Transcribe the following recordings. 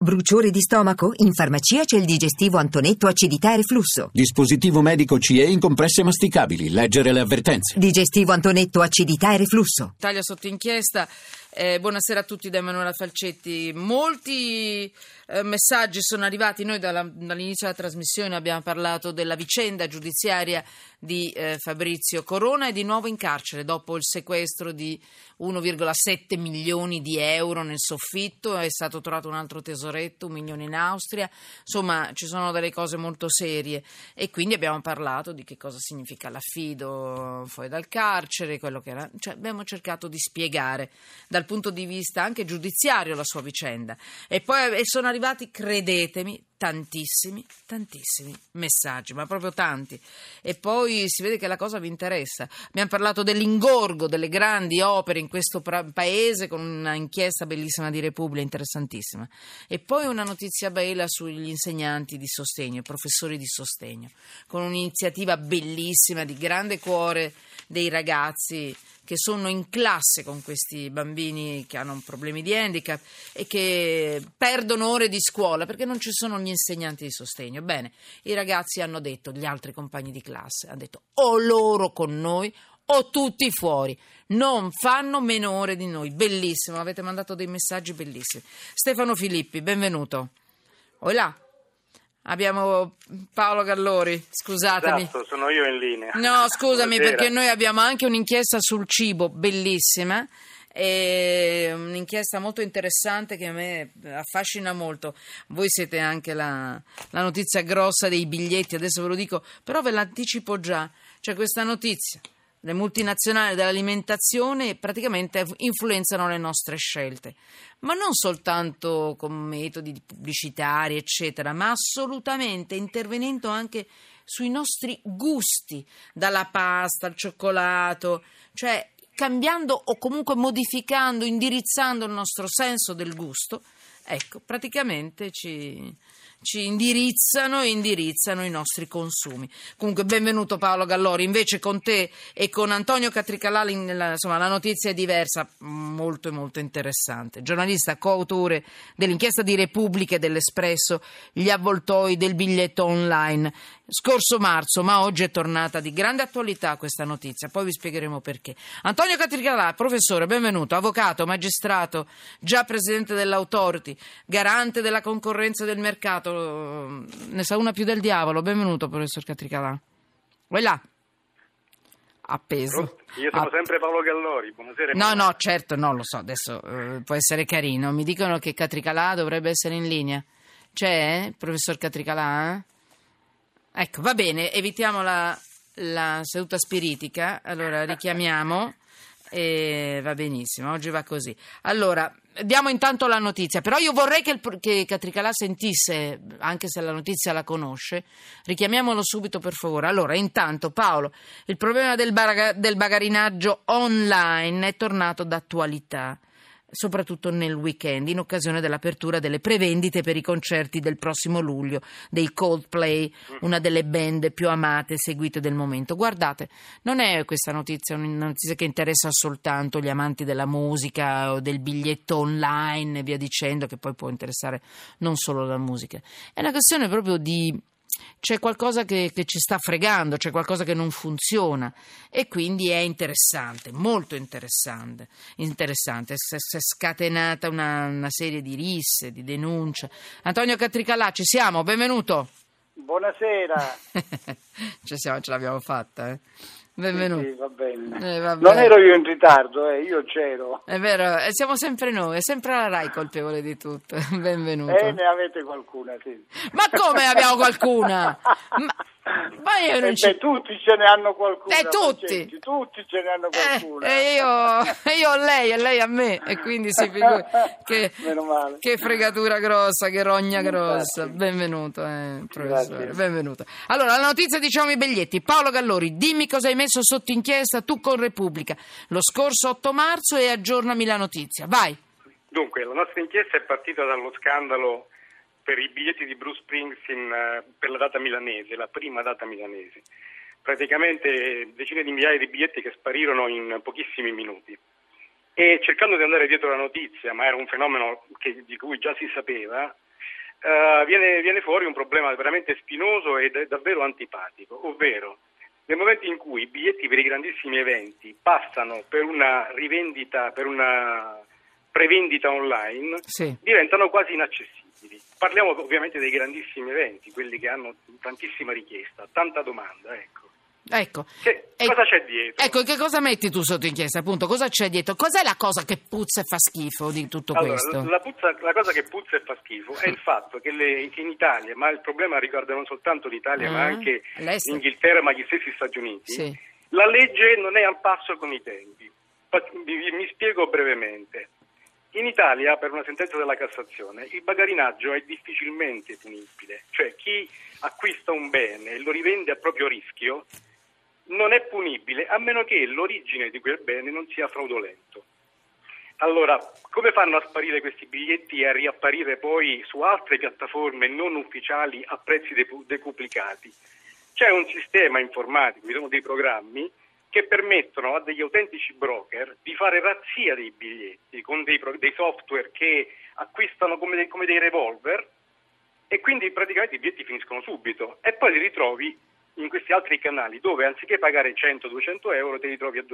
Bruciore di stomaco? In farmacia c'è il digestivo Antonetto acidità e reflusso. Dispositivo medico CE in compresse masticabili. Leggere le avvertenze. Digestivo Antonetto acidità e reflusso. Italia sotto inchiesta. Buonasera a tutti da Emanuela Falcetti. Molti messaggi sono arrivati. Noi dall'inizio della trasmissione abbiamo parlato della vicenda giudiziaria di Fabrizio Corona e di nuovo in carcere dopo il sequestro di 1,7 milioni di euro nel soffitto. È stato trovato un altro tesoretto, 1 milione in Austria. Insomma, ci sono delle cose molto serie e quindi abbiamo parlato di che cosa significa l'affido fuori dal carcere, quello che era, cioè abbiamo cercato di spiegare dal punto di vista anche giudiziario la sua vicenda. E poi sono arrivati, credetemi, tantissimi messaggi, ma proprio tanti. E poi si vede che la cosa vi interessa. Abbiamo parlato dell'ingorgo delle grandi opere in questo paese con una inchiesta bellissima di Repubblica, interessantissima. E poi una notizia bella sugli insegnanti di sostegno, i professori di sostegno, con un'iniziativa bellissima di grande cuore dei ragazzi che sono in classe con questi bambini che hanno problemi di handicap e che perdono ore di scuola perché non ci sono gli insegnanti di sostegno. Bene, i ragazzi hanno detto, gli altri compagni di classe hanno detto o loro con noi o tutti fuori, non fanno meno ore di noi. Bellissimo, avete mandato dei messaggi bellissimi. Stefano Filippi, benvenuto. Olà. Abbiamo Paolo Gallori, scusatemi. Esatto, sono io in linea. No, scusami, Buonasera. perché noi abbiamo anche un'inchiesta sul cibo bellissima, e un'inchiesta molto interessante che a me affascina molto. Voi siete anche la notizia grossa dei biglietti, adesso ve lo dico, però ve l'anticipo già. C'è questa notizia. Le multinazionali dell'alimentazione praticamente influenzano le nostre scelte, ma non soltanto con metodi pubblicitari, eccetera, ma assolutamente intervenendo anche sui nostri gusti, dalla pasta al cioccolato, cioè cambiando o comunque modificando, indirizzando il nostro senso del gusto. Ecco, praticamente ci indirizzano i nostri consumi. Comunque, benvenuto Paolo Gallori. Invece con te e con Antonio Catricalà, insomma, la notizia è diversa, molto molto interessante. Giornalista, coautore dell'inchiesta di Repubblica e dell'Espresso, gli avvoltoi del biglietto online. Scorso marzo, ma oggi è tornata di grande attualità questa notizia, poi vi spiegheremo perché. Antonio Catricalà, professore, benvenuto, avvocato, magistrato, già presidente dell'Authority, garante della concorrenza del mercato, ne sa una più del diavolo. Benvenuto, professor Catricalà. Vai là. Appeso. Io sono sempre Paolo Gallori, buonasera. No, certo, no, lo so, adesso può essere carino. Mi dicono che Catricalà dovrebbe essere in linea. C'è, professor Catricalà? Ecco, va bene, evitiamo la seduta spiritica, allora richiamiamo e va benissimo, oggi va così. Allora, diamo intanto la notizia, però io vorrei che Catricalà sentisse, anche se la notizia la conosce, richiamiamolo subito per favore. Allora, intanto Paolo, il problema del bagarinaggio online è tornato d'attualità, soprattutto nel weekend, in occasione dell'apertura delle prevendite per i concerti del prossimo luglio dei Coldplay, una delle band più amate e seguite del momento. Guardate, non è questa notizia una notizia che interessa soltanto gli amanti della musica o del biglietto online e via dicendo, che poi può interessare non solo la musica. È una questione proprio di... c'è qualcosa che ci sta fregando, c'è qualcosa che non funziona e quindi è interessante, molto interessante. Si è scatenata una serie di risse, di denunce. Antonio Catricalà, ci siamo, benvenuto. Buonasera. Ci siamo, ce l'abbiamo fatta, benvenuto. Sì, va bene. Va Non bene. ero io in ritardo, io c'ero. È vero, siamo sempre noi, è sempre la RAI colpevole di tutto. Benvenuto. Ne avete qualcuna, sì. Ma come abbiamo qualcuna? Ma io non ci... tutti ce ne hanno qualcuna. Tutti. Tutti ce ne hanno qualcuna. E io a lei e lei a me, e quindi si figura Meno male. che fregatura grossa, che rogna grossa. Infatti. Benvenuto, professore, Grazie. benvenuto. Allora, la notizia, diciamo i biglietti. Paolo Gallori, dimmi cosa hai messo sotto inchiesta tu con Repubblica lo scorso 8 marzo e aggiornami la notizia. Vai. Dunque, la nostra inchiesta è partita dallo scandalo per i biglietti di Bruce Springsteen per la data milanese, la prima data milanese. Praticamente decine di migliaia di biglietti che sparirono in pochissimi minuti. E cercando di andare dietro la notizia, ma era un fenomeno di cui già si sapeva, viene fuori un problema veramente spinoso e davvero antipatico, ovvero nel momento in cui i biglietti per i grandissimi eventi passano per una rivendita, per una prevendita online, Sì. diventano quasi inaccessibili. Parliamo ovviamente dei grandissimi eventi, quelli che hanno tantissima richiesta, tanta domanda, ecco. Ecco. Cosa c'è dietro? Ecco, che cosa metti tu sotto inchiesta, appunto? Cosa c'è dietro? Cos'è la cosa che puzza e fa schifo di tutto questo? La cosa che puzza e fa schifo è il fatto che in Italia, ma il problema riguarda non soltanto l'Italia, ma anche l'Inghilterra, ma gli stessi Stati Uniti, sì. La legge non è al passo con i tempi. Mi spiego brevemente. In Italia, per una sentenza della Cassazione, il bagarinaggio è difficilmente punibile, cioè chi acquista un bene e lo rivende a proprio rischio non è punibile, a meno che l'origine di quel bene non sia fraudolento. Allora, come fanno a sparire questi biglietti e a riapparire poi su altre piattaforme non ufficiali a prezzi decuplicati? C'è un sistema informatico, ci sono dei programmi che permettono a degli autentici broker di fare razzia dei biglietti con dei software che acquistano come dei revolver, e quindi praticamente i biglietti finiscono subito e poi li ritrovi in questi altri canali dove anziché pagare 100-200 euro te li trovi a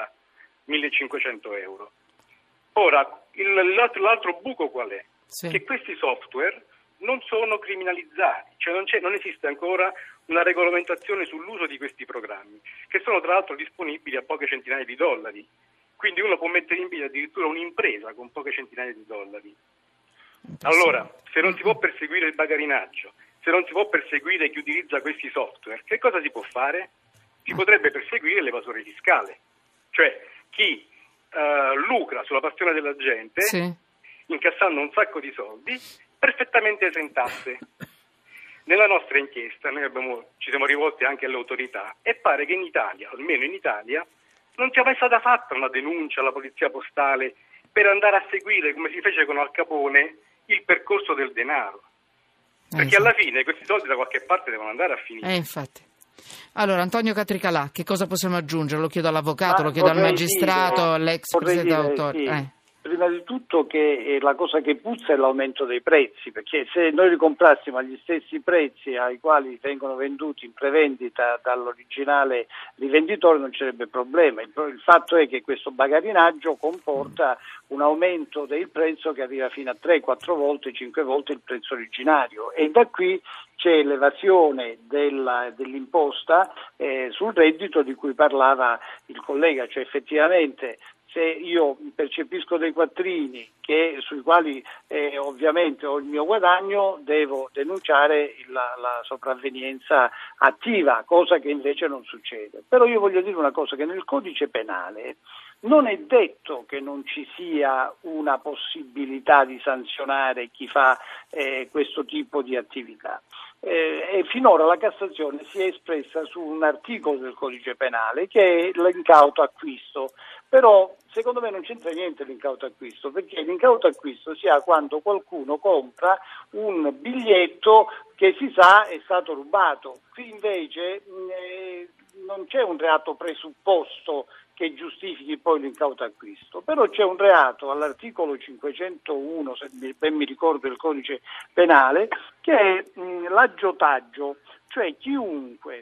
2.000-1.500 euro. Ora, l'altro buco qual è? Sì. Che questi software non sono criminalizzati, cioè non esiste ancora una regolamentazione sull'uso di questi programmi, che sono tra l'altro disponibili a poche centinaia di dollari. Quindi uno può mettere in piedi addirittura un'impresa con poche centinaia di dollari. Allora, se non si può perseguire il bagarinaggio, se non si può perseguire chi utilizza questi software, che cosa si può fare? Si potrebbe perseguire l'evasore fiscale, cioè chi lucra sulla passione della gente, Sì. incassando un sacco di soldi, perfettamente esentasse. Nella nostra inchiesta noi ci siamo rivolti anche alle autorità e pare che in Italia, almeno in Italia, non sia mai stata fatta una denuncia alla polizia postale per andare a seguire, come si fece con Al Capone, il percorso del denaro. Perché alla fine questi soldi da qualche parte devono andare a finire. Infatti. Allora, Antonio Catricalà, che cosa possiamo aggiungere? Lo chiedo all'avvocato, lo chiedo al magistrato, all'ex presidente d'autore. Sì. Prima di tutto che la cosa che puzza è l'aumento dei prezzi, perché se noi li comprassimo agli stessi prezzi ai quali vengono venduti in prevendita dall'originale rivenditore non ci sarebbe problema. Il fatto è che questo bagarinaggio comporta un aumento del prezzo che arriva fino a 3-4 volte, 5 volte il prezzo originario, e da qui c'è l'evasione dell'imposta sul reddito di cui parlava il collega, cioè effettivamente se io percepisco dei quattrini sui quali ovviamente ho il mio guadagno, devo denunciare la sopravvenienza attiva, cosa che invece non succede. Però io voglio dire una cosa, che nel codice penale non è detto che non ci sia una possibilità di sanzionare chi fa questo tipo di attività. E finora la Cassazione si è espressa su un articolo del codice penale che è l'incauto acquisto, però secondo me non c'entra niente l'incauto acquisto, perché l'incauto acquisto si ha quando qualcuno compra un biglietto che si sa è stato rubato. Qui invece non c'è un reato presupposto che giustifichi poi l'incauto acquisto, però c'è un reato all'articolo 501, se ben mi ricordo, del codice penale, che è l'aggiotaggio, cioè chiunque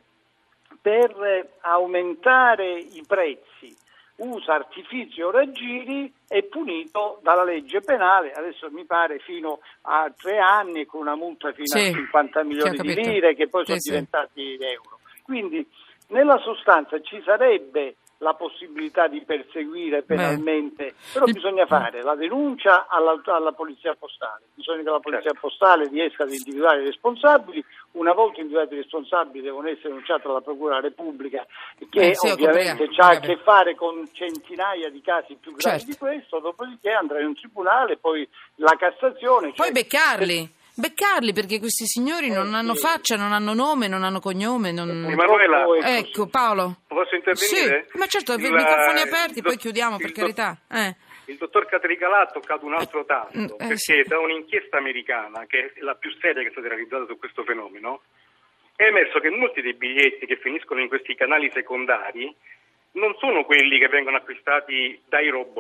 per aumentare i prezzi usa artifici o raggiri è punito dalla legge penale, adesso mi pare fino a 3 anni con una multa fino a 50 milioni di lire che poi sono diventati euro. Quindi nella sostanza ci sarebbe la possibilità di perseguire penalmente, però bisogna fare la denuncia alla polizia postale, bisogna che la polizia postale riesca ad individuare i responsabili, una volta individuati i responsabili devono essere denunciati alla Procura della Repubblica che ovviamente ha a che fare con centinaia di casi più gravi di questo, dopodiché andrà in un tribunale, poi la Cassazione. Poi beccarli perché questi signori non hanno faccia, non hanno nome, non hanno cognome. Emanuela, ecco Paolo. Posso intervenire? Sì, ma certo, i microfoni aperti, poi chiudiamo per carità. Il dottor Catricalà ha toccato un altro tasto, perché da un'inchiesta americana, che è la più seria che è stata realizzata su questo fenomeno, è emerso che molti dei biglietti che finiscono in questi canali secondari non sono quelli che vengono acquistati dai robot,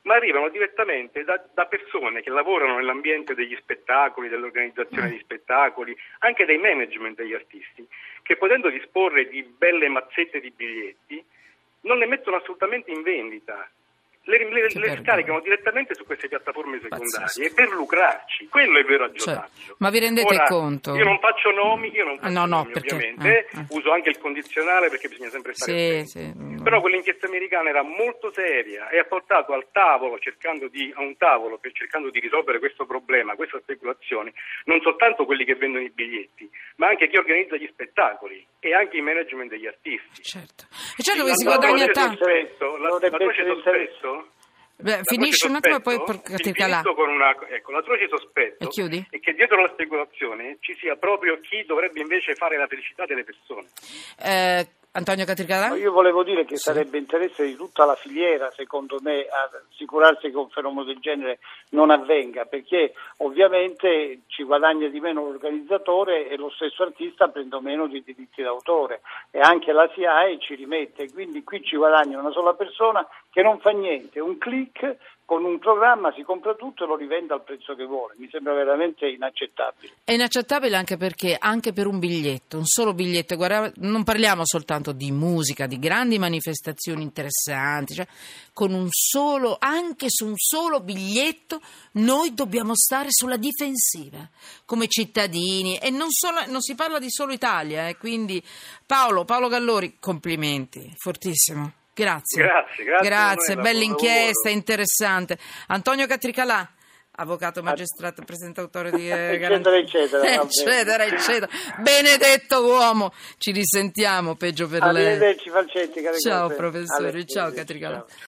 ma arrivano direttamente da persone che lavorano nell'ambiente degli spettacoli, dell'organizzazione di spettacoli, anche dei management degli artisti, che potendo disporre di belle mazzette di biglietti non le mettono assolutamente in vendita. Le scaricano direttamente su queste piattaforme secondarie per lucrarci. Quello è il vero aggiotaggio. Ma vi rendete Ora, conto? Io non faccio nomi, perché, ovviamente, uso anche il condizionale perché bisogna sempre stare attenti. Però quell'inchiesta americana era molto seria e ha portato a un tavolo cercando di risolvere questo problema, questa speculazione, non soltanto quelli che vendono i biglietti, ma anche chi organizza gli spettacoli e anche i management degli artisti. Certo. E certo che si guadagna tanto. L'atroce sospetto. Finisci un attimo e poi l'atroce sospetto è che dietro la speculazione ci sia proprio chi dovrebbe invece fare la felicità delle persone. Antonio Catricalà? Io volevo dire che sarebbe interesse di tutta la filiera, secondo me, assicurarsi che un fenomeno del genere non avvenga, perché ovviamente ci guadagna di meno l'organizzatore e lo stesso artista prende meno di diritti d'autore, e anche la SIAE ci rimette, quindi qui ci guadagna una sola persona che non fa niente, un click, con un programma si compra tutto e lo rivende al prezzo che vuole. Mi sembra veramente inaccettabile. È inaccettabile anche perché un solo biglietto, guarda, non parliamo soltanto di musica, di grandi manifestazioni interessanti, cioè anche su un solo biglietto noi dobbiamo stare sulla difensiva come cittadini, e non si parla di solo Italia, quindi Paolo Gallori, complimenti, fortissimo. Grazie, bella inchiesta, interessante. Antonio Catricalà, avvocato, magistrato, presentatore di eccetera. Benedetto uomo, ci risentiamo, peggio per lei. Arrivederci Falcetti. Ciao professore, ciao Catricalà.